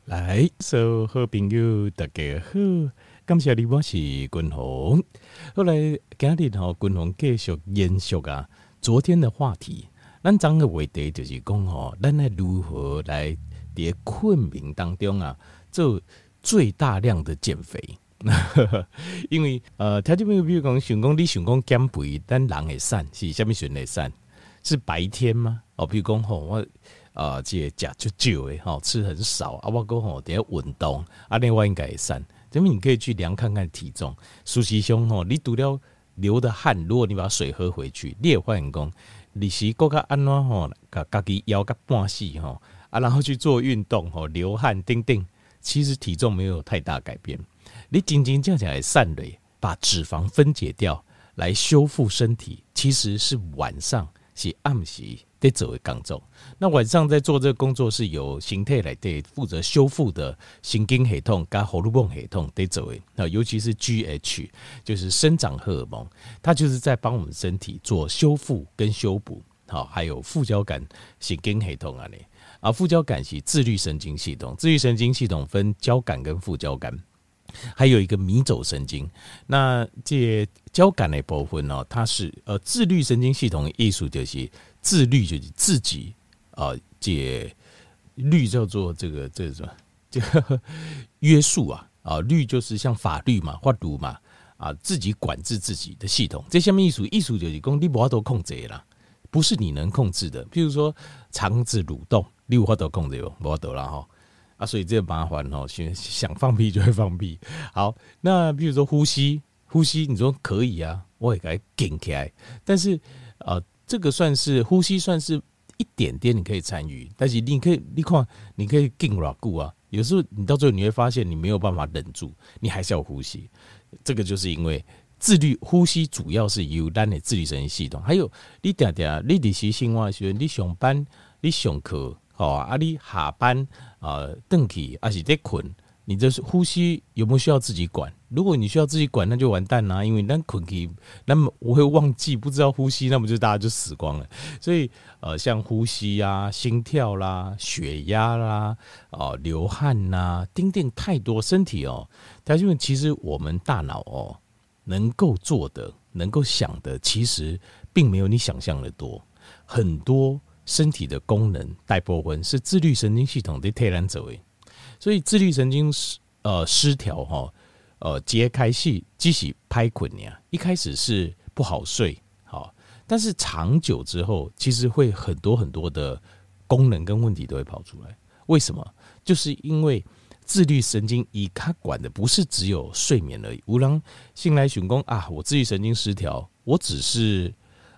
来，所有好朋友大家好，感谢你，我是君鸿。后来今日君鸿继续延续昨天的话题。咱昨个话题就是讲咱来如何来在困眠当中做最大量的减肥。因为条件朋友比如讲，想讲你想讲减肥，咱人会瘦是什么时候会瘦？是白天吗？比如讲我这吃就少的吃很少我讲等下运动另外应该会瘦。这边你可以去量看看体重。事实上你除了流的汗，如果你把水喝回去，你会发现讲你是更加安怎把自己腰到半死然后去做运动流汗等等，其实体重没有太大改变。你真正会瘦累，把脂肪分解掉来修复身体，其实是晚上是暗时在做的工作。那晚上在做这个工作是由形态来对负责修复的神经系统跟荷尔蒙系统在做的，尤其是 GH 就是生长荷尔蒙，它就是在帮我们身体做修复跟修补。还有副交感神经系统副交感是自律神经系统，自律神经系统分交感跟副交感，还有一个迷走神经。那这交感的部分它是自律神经系统的意思就是自律，就是自己这律叫做这个什么这个约束律就是像法律嘛、法律嘛自己管制自己的系统。这什么意思？意思就是讲你没法度控制啦，不是你能控制的。譬如说肠子蠕动，你有法度控制没法度啦所以这个麻烦想放屁就会放屁。好，那比如说呼吸，你说可以我也给它顶起来，但是这个算是呼吸，算是一点点你可以参与，但是你看你可以顶多久有时候你到最后你会发现你没有办法忍住，你还是要呼吸。这个就是因为自律呼吸主要是由咱的自律神经系统，还有你常常你日常生活的时候，你上班你上课你下班回去还是在困，你的呼吸有没有需要自己管？如果你需要自己管，那就完蛋啦，因为咱困去，那么我会忘记不知道呼吸，那么就大家就死光了。所以像呼吸心跳啦、血压啦、流汗啦，等等太多，身体其实我们大脑能够做的、能够想的，其实并没有你想象的多。很多身体的功能大部分是自律神经系统在替咱做的，所以自律神经失调揭开戏只是拍困一开始是不好睡但是长久之后，其实会很多很多的功能跟问题都会跑出来。为什么？就是因为自律神经它管的不是只有睡眠而已。有人醒来想说我自律神经失调，我只是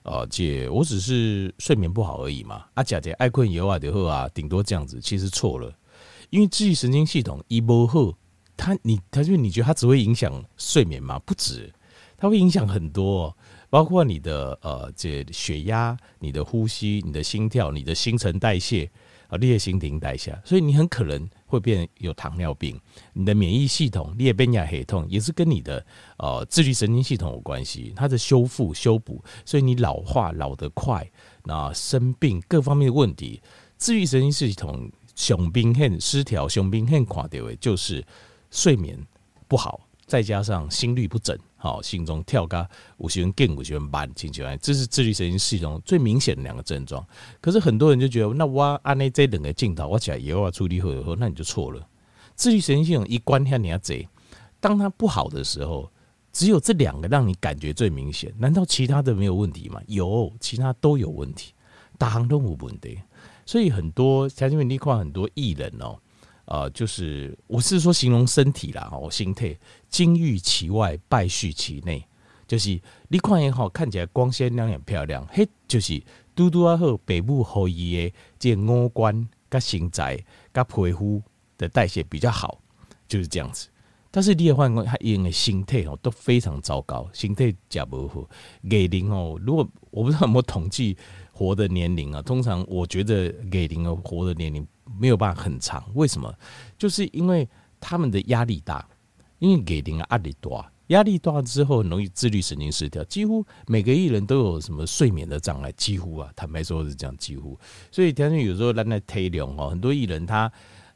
睡眠不好而已嘛，吃点爱困药就好顶多这样子。其实错了，因为自律神经系统不好，你觉得它只会影响睡眠吗？不止，它会影响很多包括你的血压、你的呼吸、你的心跳、你的新陈代谢你的新陈代谢，所以你很可能会变有糖尿病。你的免疫系统、你的免疫系统也是跟你的自律神经系统有关系，它的修复修补，所以你老化老得快，那生病各方面的问题，自律神经系统最明显失调、最明显看到的就是睡眠不好，再加上心律不整，心中跳个有时候更有时候慢，这是自律神经系统最明显的两个症状。可是很多人就觉得，那我按呢这两个镜头，我起来以后处理好，那你就错了。自律神经系统一关下你要贼，当它不好的时候，只有这两个让你感觉最明显，难道其他的没有问题吗？有，其他都有问题，大行都有问题。所以很多像因为你看很多艺人就是我是说形容身体啦，心态金玉其外，败絮其内，就是你看也好，看起来光鲜亮眼漂亮，就是拄好父母给伊的这五官、跟身材、跟皮肤的代谢比较好，就是这样子。但是你也发现他因的心态都非常糟糕，心态也不好。月龄如果我不知道有没有统计活的年龄通常我觉得月龄活的年龄没有办法很长。为什么？就是因为他们的压力大，因为月龄压力大，压力大之后容易自律神经失调，几乎每个艺人都有什么睡眠的障碍，几乎坦白说是这样，几乎。所以有时候咱在体谅很多艺人他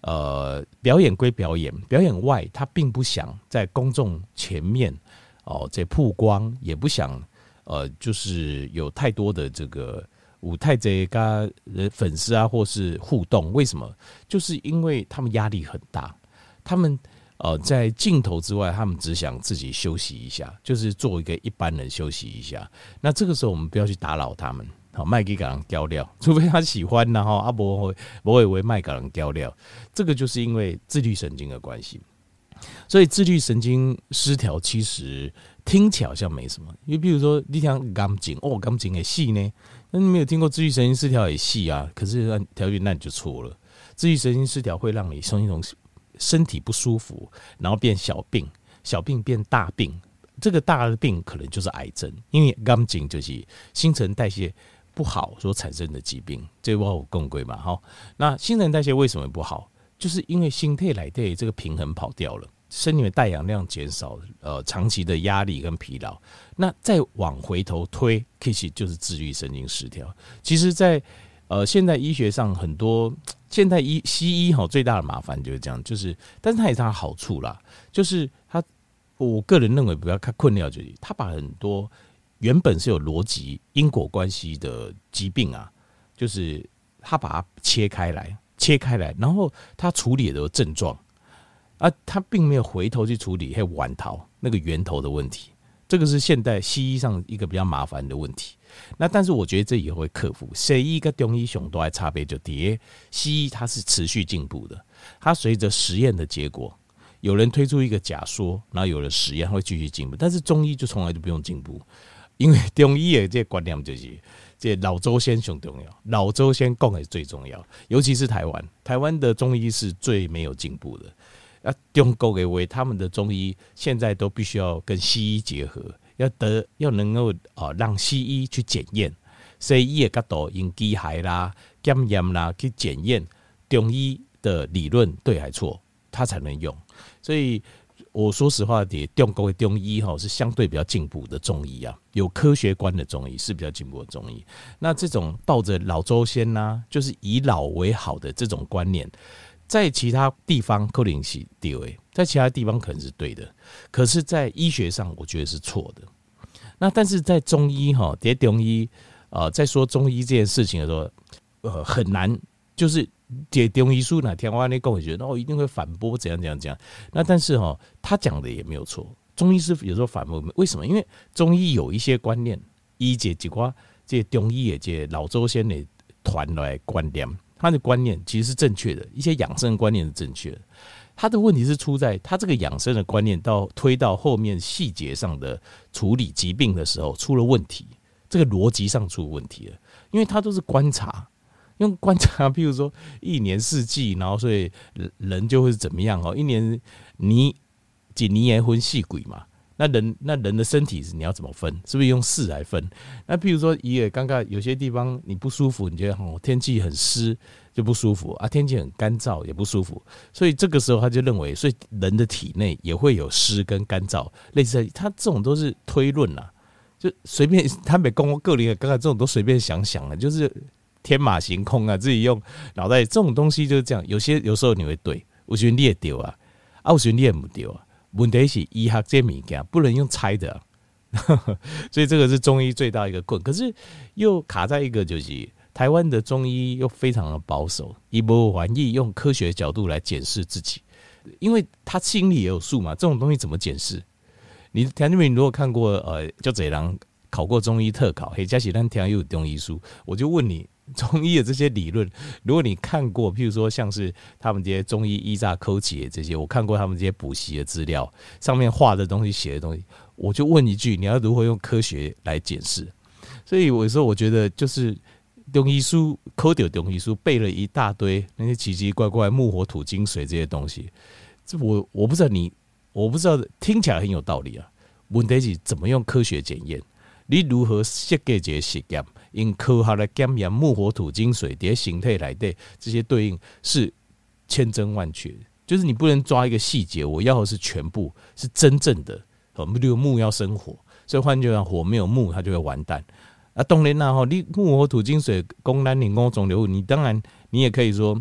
表演归表演，表演外，他并不想在公众前面这曝光，也不想就是有太多的这个舞台这个粉丝啊，或是互动。为什么？就是因为他们压力很大，他们在镜头之外，他们只想自己休息一下，就是做一个一般人休息一下。那这个时候，我们不要去打扰他们。好，卖给人掉料，除非他喜欢，然后不会为卖给人掉料。这个就是因为自律神经的关系，所以自律神经失调其实听起来好像没什么，因为比如说你听感情感情的戏呢，那你没有听过自律神经失调的戏啊，可是条件那你就错了。自律神经失调会让你从一种身体不舒服，然后变小病，小病变大病，这个大的病可能就是癌症，因为感情就是新陈代谢不好所产生的疾病，这我有讲过嘛。那新陈代谢为什么不好？就是因为心态来对这个平衡跑掉了，身体的带氧量减少，长期的压力跟疲劳，那再往回头推，其实就是自律神经失调。其实在现代医学上，很多现代西医最大的麻烦就是这样，就是但是它也是它的好处啦，就是我个人认为不要看困扰，就是它把很多原本是有逻辑因果关系的疾病啊，就是他把它切开来，然后他处理的症状啊，他并没有回头去处理晚头那个源头的问题。这个是现代西医上一个比较麻烦的问题。那但是我觉得这也会克服。西医跟中医上大的差别就在西医它是持续进步的，它随着实验的结果，有人推出一个假说，然后有了实验，它会继续进步。但是中医就从来就不用进步。因为中医的这个观念就是这老周先最重要，老周先讲的最重要，尤其是台湾的中医是最没有进步的。中国的话，他们的中医现在都必须要跟西医结合，要能够让西医去检验，西医的角度用机械啦、检验啦去检验中医的理论对还错，它才能用。所以我说实话，中国的中医是相对比较进步的中医啊，有科学观的中医是比较进步的中医。那这种抱着老周先啊，就是以老为好的这种观念，在其他地方可能是对的，在其他地方可能是对的，可是在医学上我觉得是错的。那但是在中医在中医在说中医这件事情的时候，很难，就是中医书哪天我那跟我觉得一定会反驳怎样。那但是他讲的也没有错，中医是有时候反驳，为什么？因为中医有一些观念，医这几挂这中医的这老周先的团来观念，他的观念其实是正确的，一些养生观念是正确的。他的问题是出在他这个养生的观念推到后面细节上的处理疾病的时候出了问题，这个逻辑上出了问题了，因为他都是观察。用观察，譬如说一年四季，然后所以人就会是怎么样一年几年分四季嘛，那人的身体你要怎么分？是不是用4来分？那譬如说也刚刚有些地方你不舒服，你觉得天气很湿就不舒服啊，天气很干燥也不舒服，所以这个时候他就认为，所以人的体内也会有湿跟干燥，类似他这种都是推论啦，就随便他没跟我个人刚才这种都随便想啊，就是天马行空啊，自己用脑袋，这种东西就是这样。有时候你会对，我觉得你也对啊，我觉得你也不对啊。问题是医学这物件不能用猜的所以这个是中医最大一个困。可是又卡在一个就是台湾的中医又非常的保守，以不怀疑用科学角度来检视自己，因为他心里也有数嘛，这种东西怎么检视？你田俊明如果看过就这人考过中医特考，或者是咱听有中医书，我就问你。中医的这些理论，如果你看过，譬如说像是他们这些中医医诈科技的这些，我看过他们这些补习的资料，上面画的东西、写的东西，我就问一句：你要如何用科学来检视？所以有时候我觉得，就是中医书考到中医书背了一大堆那些奇奇怪怪木火土金水这些东西，这我不知道我不知道，听起来很有道理啊。问题是怎么用科学检验？你如何设计这个实验？用科学来检验木火土金水在形态内的这些对应是千真万确的，就是你不能抓一个细节，我要的是全部是真正的。例如木要生火，所以换句话说，火没有木它就会完蛋。当然啦，你木火土金水供咱人工中流，你当然你也可以说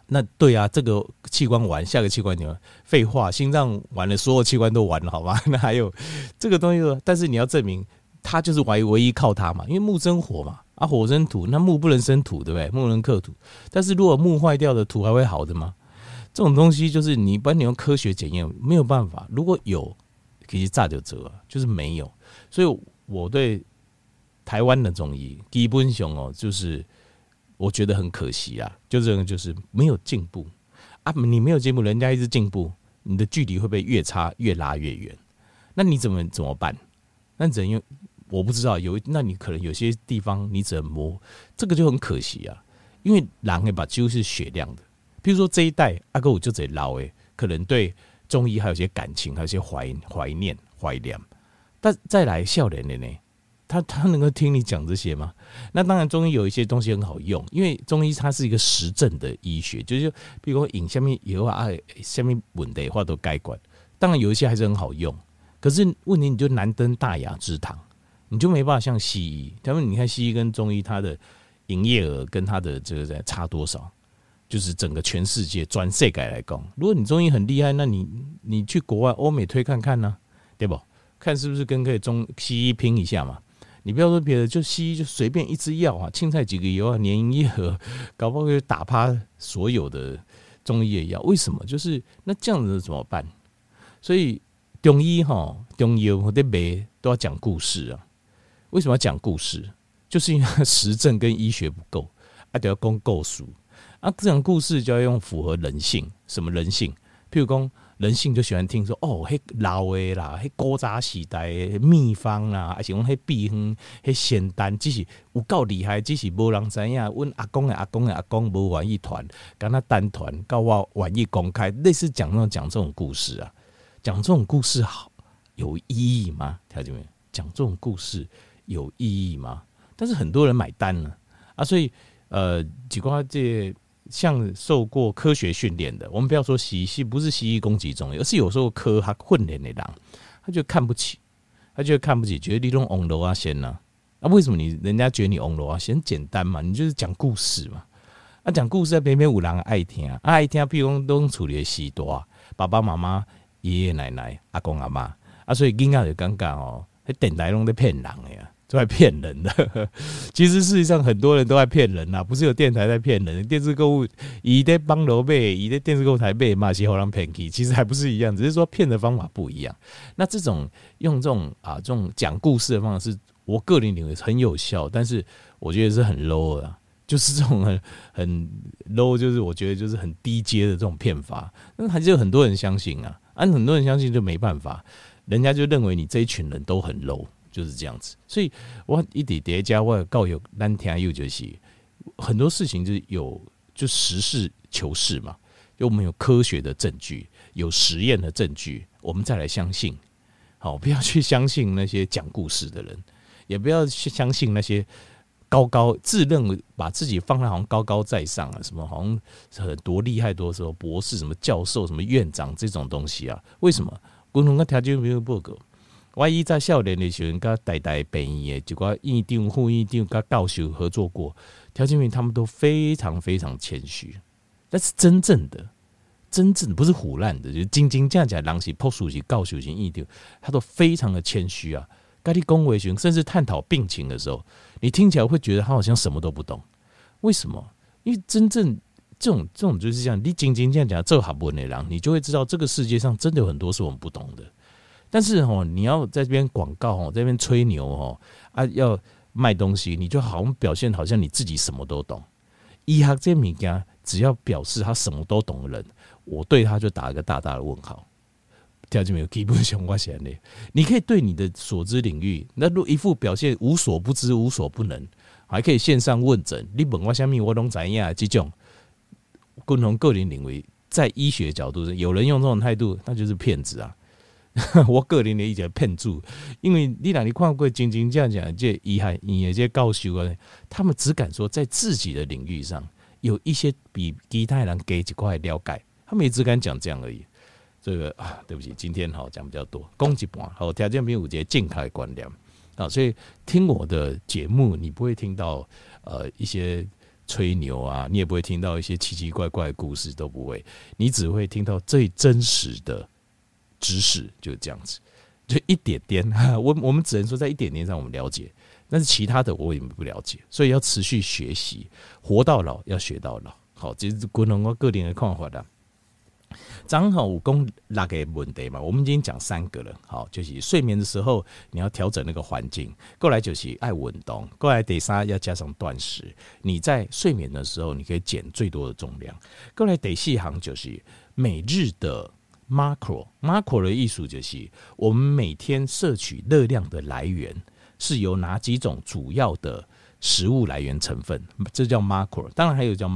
那对啊，这个器官完，下个器官你完，废话，心脏完了，所有器官都完了，好吗？那还有这个东西，但是你要证明它就是唯一靠它嘛，因为木生火嘛，啊火生土，那木不能生土，对不对？木能克土，但是如果木坏掉的土还会好的吗？这种东西就是你把你用科学检验没有办法，如果有，其实炸就折啊，就是没有。所以我对台湾的中医基本上就是我觉得很可惜啊，就是没有进步啊，你没有进步，人家一直进步，你的距离会被越差，越拉越远。那你怎么办？那只能用我不知道那你可能有些地方你只能摸，这个就很可惜啊，因为人的目睭是雪亮的。譬如说这一代阿哥我就得老可能对中医还有些感情，还有些怀念怀念。但再来少年的呢，他能够听你讲这些吗？那当然中医有一些东西很好用，因为中医它是一个实证的医学，就是比如说饮下面药啊，下面问题话都该管。当然有一些还是很好用，可是问题你就难登大雅之堂，你就没办法像西医。他们你看西医跟中医，它的营业额跟它的这个差多少？就是整个全世界全世界来讲，如果你中医很厉害，那你去国外欧美推看看呢、对不？看是不是跟可以西医拼一下嘛？你不要说别的，就西医就随便一支药啊，青菜几个油啊，年营业额，搞不好就打趴所有的中医的药。为什么？就是那这样子怎么办？所以中医中药或者卖都要讲故事啊。为什么要讲故事？就是因为实证跟医学不够，就要讲故事。这种故事就要用符合人性。什么人性？譬如说人性就喜欢听说迄老的啦，迄古早时代的秘方啦，还是讲迄秘方、迄仙丹，只是有够厉害，只是无人知影。阮阿公的阿公的阿公无愿意传，跟他单传，到我愿意公开，类似讲这种故事啊，讲这种故事好有意义吗？条件没讲这种故事有意义吗？但是很多人买单了啊，所以几个这。像受过科学训练的，我们不要说西医，不是西医攻击中医，而是有时候科学训练的人，他就看不起，觉得你弄翁楼啊先呢，为什么人家觉得你翁楼啊先？简单嘛，你就是讲故事嘛，讲故事在偏偏有人爱听，爱听，譬如说都处理的时多，爸爸妈妈、爷爷奶奶、阿公阿妈，所以囡仔就尴尬电台拢在骗人的呀。都在骗人的，其实事实上很多人都在骗人呐，不是有电台在骗人，电视购物以在帮楼背，以在电视购物台背嘛，些好人骗去，其实还不是一样，只是说骗的方法不一样。那这种用这种讲故事的方式，我个人认为很有效，但是我觉得是很 low 的，就是这种很 low， 就是我觉得就是很低阶的这种骗法，那还是有很多人相信啊，很多人相信就没办法，人家就认为你这一群人都很 low。就是这样子，所以我一直叠加我告有咱听友就是很多事情就实事求是嘛，就我们有科学的证据，有实验的证据，我们再来相信。好，不要去相信那些讲故事的人，也不要去相信那些自认为把自己放在好像高高在上啊，什么好像多厉害多少博士、什么教授、什么院长这种东西啊？为什么？共同个条件没有报告。我以在少年的时候，跟代病院的一个院长、副院长跟教授合作过，条件他们都非常非常谦虚。但是真正的不是唬烂的，就是真正人是博士是教授是院长，他都非常的谦虚啊。跟你讲话甚至探讨病情的时候，你听起来会觉得他好像什么都不懂。为什么？因为真正这种就是这样，你真正讲做学问的人，你就会知道这个世界上真的有很多是我们不懂的。但是你要在这边广告在这边吹牛要卖东西，你就好像表现好像你自己什么都懂。医学这物件，只要表示他什么都懂的人，我对他就打一个大大的问号。条件没有，基本上我想的，你可以对你的所知领域，那一副表现无所不知、无所不能，还可以线上问诊，你问我什么我都知道，这种共同个人领域，在医学角度，有人用这种态度，那就是骗子啊。我个人的意见骗住，因为你看过真这样讲，这医学院的这教授啊，他们只敢说在自己的领域上有一些比其他人给一块了解，他们也只敢讲这样而已。这个对不起，今天讲比较多，讲一半，好，条件没有这健康的观念所以听我的节目，你不会听到一些吹牛啊，你也不会听到一些奇奇怪怪的故事，都不会，你只会听到最真实的知识，就是这样子，就一点点。我们只能说在一点点上我们了解，但是其他的我也不了解，所以要持续学习，活到老要学到老。好，这是均衡我个人的看法啦。刚好有讲6个问题嘛，我们已经讲3个了。好，就是睡眠的时候你要调整那个环境，过来就是爱运动，过来第3要加上断食。你在睡眠的时候，你可以减最多的重量。过来第4行就是每日的 macro 的意思就是我们每天摄取热量的来源是由哪几种主要的食物来源成分，这叫 macro。当然还有叫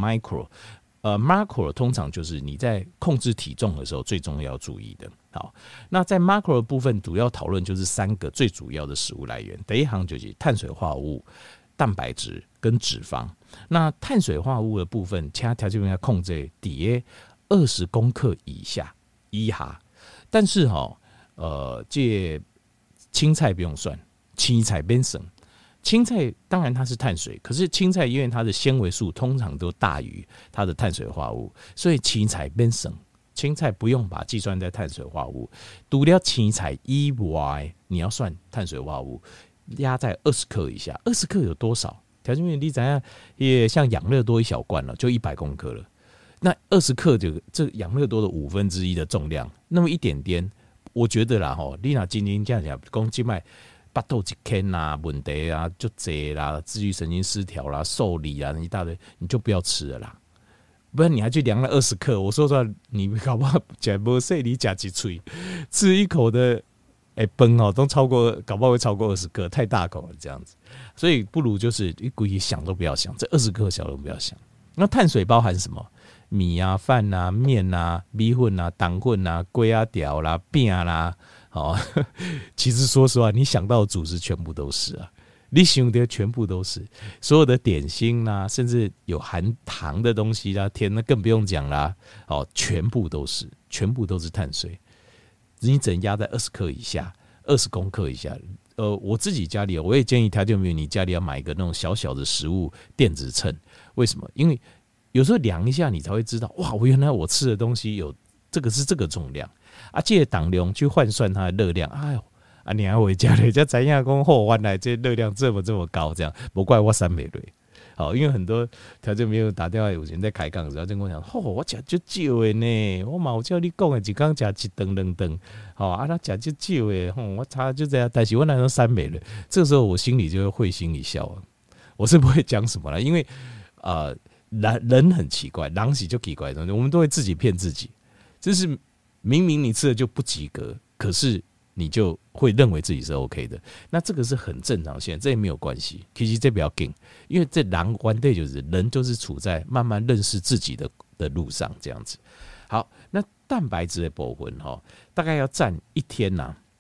micro。macro 通常就是你在控制体重的时候最重要注意的。好，那在 macro 的部分主要讨论就是3个最主要的食物来源。第一行就是碳水化合物、蛋白质跟脂肪。那碳水化合物的部分，其他条件要控制在20公克以下。但是这青菜不用算，青菜变省。青菜当然它是碳水，可是青菜因为它的纤维素通常都大于它的碳水化合物，所以青菜变省。青菜不用把计算在碳水化合物，除了青菜以外，你要算碳水化合物，压在20克以下。20克有多少？条件面你怎样？也像养乐多一小罐了，就100公克了。那20克这养乐多的1/5的重量，那么一点点，我觉得啦你若今天这样讲，讲即摆。巴肚一坑啊，问题啊，就这啦，自律神经失调啦，受理啊，一大堆，你就不要吃了啦。不然你还去量了20克，我说实话，你搞不好吃不碎，你吃一嘴，吃一口的饭都超过，搞不好会超过20克，太大口了这样子。所以不如就是一故意想都不要想，这20克小都不要想。那碳水包含什么？米啊、饭啊、面啊、米粉啊、糖粉啊、粿啊、条啦、饼啦。其实说实话，你想到的主食全部都是啊，你想的全部都是所有的点心啦，甚至有含糖的东西啦，甜的更不用讲啦，全部都是碳水。你只能压在20克以下，20公克以下。我自己家里，我也建议条件没有你家里要买一个那种小小的食物电子秤。为什么？因为有时候量一下，你才会知道，哇，原来我吃的东西有这个是这个重量。这个当量去换算它的热量，哎呦，你还回家人家怎样讲原来这热量这么高，这样不怪我3美瑞。好，因为很多条件没有打电话，有人在开杠的时候就跟我讲，我吃就少的呢，我嘛有叫你讲的，一天吃1顿2顿，他吃就少的，我差就这样，但是我那时候3美瑞，这个时候我心里就会心一笑，我是不会讲什么了，因为人很奇怪，人是就奇怪的，我们都会自己骗自己，就是明明你吃的就不及格，可是你就会认为自己是 OK 的，那这个是很正常现在，这也没有关系。其实这比较紧，因为这人关对就是人就是处在慢慢认识自己的路上这样子。好，那蛋白质的部分大概要占一天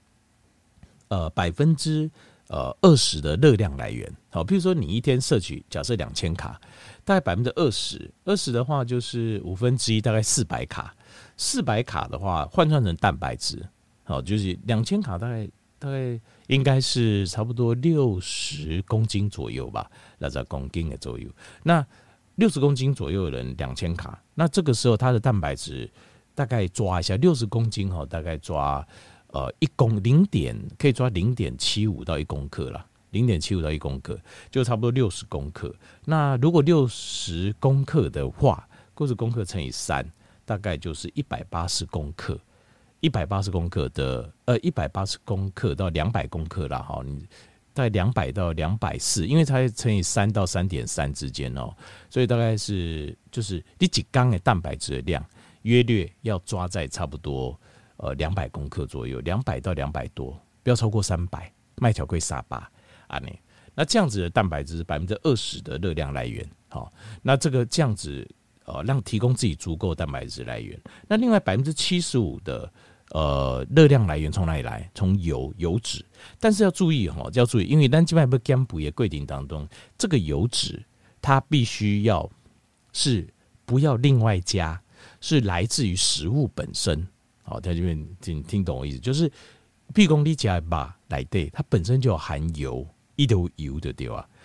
20%的热量来源。好，比如说你一天摄取假设2000卡，大概20%的话就是1/5，大概400卡。400卡的话换算成蛋白质，好，就是2000卡大概应该是差不多60公斤左右吧，60公斤的左右。那60公斤左右的人2000卡，那这个时候他的蛋白质大概抓一下60公斤大概抓可以抓0.75到1公克啦，0.75到1公克就差不多60公克。那如果60公克的话，60公克乘以3，大概就是180公克。180公克的180公克到200公克啦，你大概200到240，因为它乘以3到3.3之间所以大概是就是你一缸的蛋白质的量约略要抓在差不多200公克左右，200到200多，不要超过300，麦条贵撒巴那这样子的蛋白质是20%的热量来源。好，那这样子让提供自己足够的蛋白质来源。那另外75%的热量来源从哪里来？从油脂。但是要注意因为咱基本上不减肥的过程当中，这个油脂它必须要是不要另外加，是来自于食物本身。好，在这边听懂我意思，就是譬如说你吃的肉内底它本身就有含油，一头油的对吧？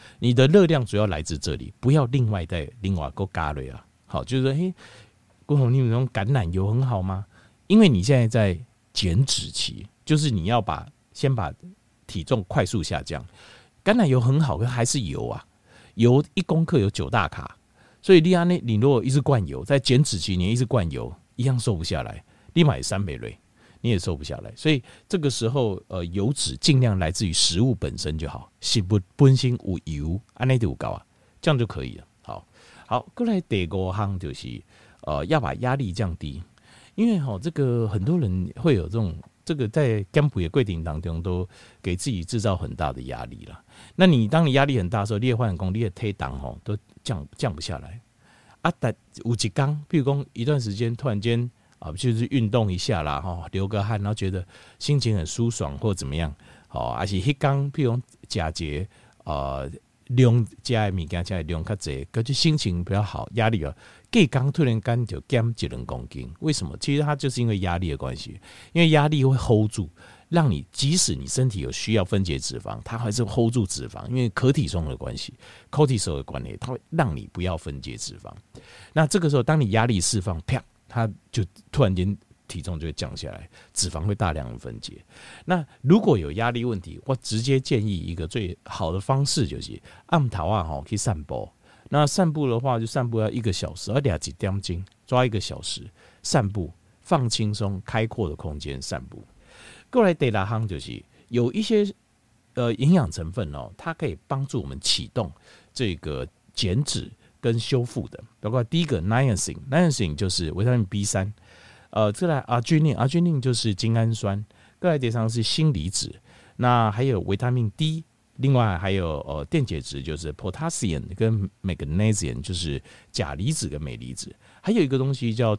你的热量主要来自这里，不要另外够加了啊。好，就是说，郭宏，你有那种橄榄油很好吗？因为你现在在减脂期，就是你要先把体重快速下降。橄榄油很好，可还是油啊，油1公克有9大卡，所以你如果一直灌油，在减脂期你一直灌油，一样瘦不下来，立马也3倍瑞。你也瘦不下来，所以这个时候，油脂尽量来自于食物本身就好，是不本身有油，安内就有高啊，这样就可以了。好，过来第5项就是，要把压力降低，因为这个很多人会有这个在减肥的过程当中都给自己制造很大的压力了。那当你压力很大的时候，你的发功、你的体重都降不下来啊。但有一天，譬如说一段时间突然间。就是运动一下啦，流个汗，然后觉得心情很舒爽或怎么样，还是迄天譬如假节量加的物件加的量较济，可是心情比较好，压力隔天突然间就减1-2公斤，为什么？其实它就是因为压力的关系，因为压力会 hold 住，让你即使你身体有需要分解脂肪，它还是 hold 住脂肪，因为可体松的关系 ，cortisol 的关系，它会让你不要分解脂肪。那这个时候，当你压力释放，啪。它就突然间体重就会降下来，脂肪会大量的分解。那如果有压力问题，我直接建议一个最好的方式就是按头啊去散步。那散步的话，就散步要1个小时，而2几点钟抓1个小时散步，放轻松、开阔的空间散步。过来第6项就是有一些营养成分它可以帮助我们启动这个减脂。跟修复的，包括第一个 niacin 就是维他命 B3，再来 arginine 就是精氨酸，再来第3是锌离子，那还有维他命 D， 另外还有电解质就是 potassium 跟 magnesium 就是钾离子跟镁离子，还有一个东西叫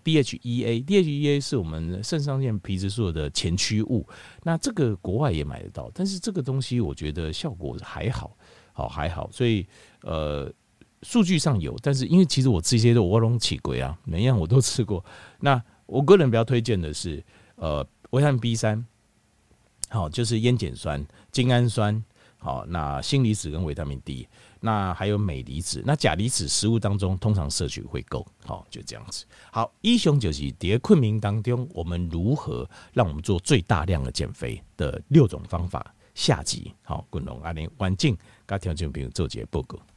DHEA 是我们肾上腺皮质素的前驱物，那这个国外也买得到，但是这个东西我觉得效果还好，所以数据上有，但是因为其实我这些我都起过啊，每样我都吃过。那我个人比较推荐的是维他命 B3， 好，就是烟碱酸、精氨酸，好，那锌离子跟维他命 D， 那还有镁离子，那钾离子食物当中通常摄取会够，好，就这样子。好，以上就是在困眠当中我们如何让我们做最大量的减肥的6种方法。下集好，滚龙安尼环境，跟听众朋友做一个报告。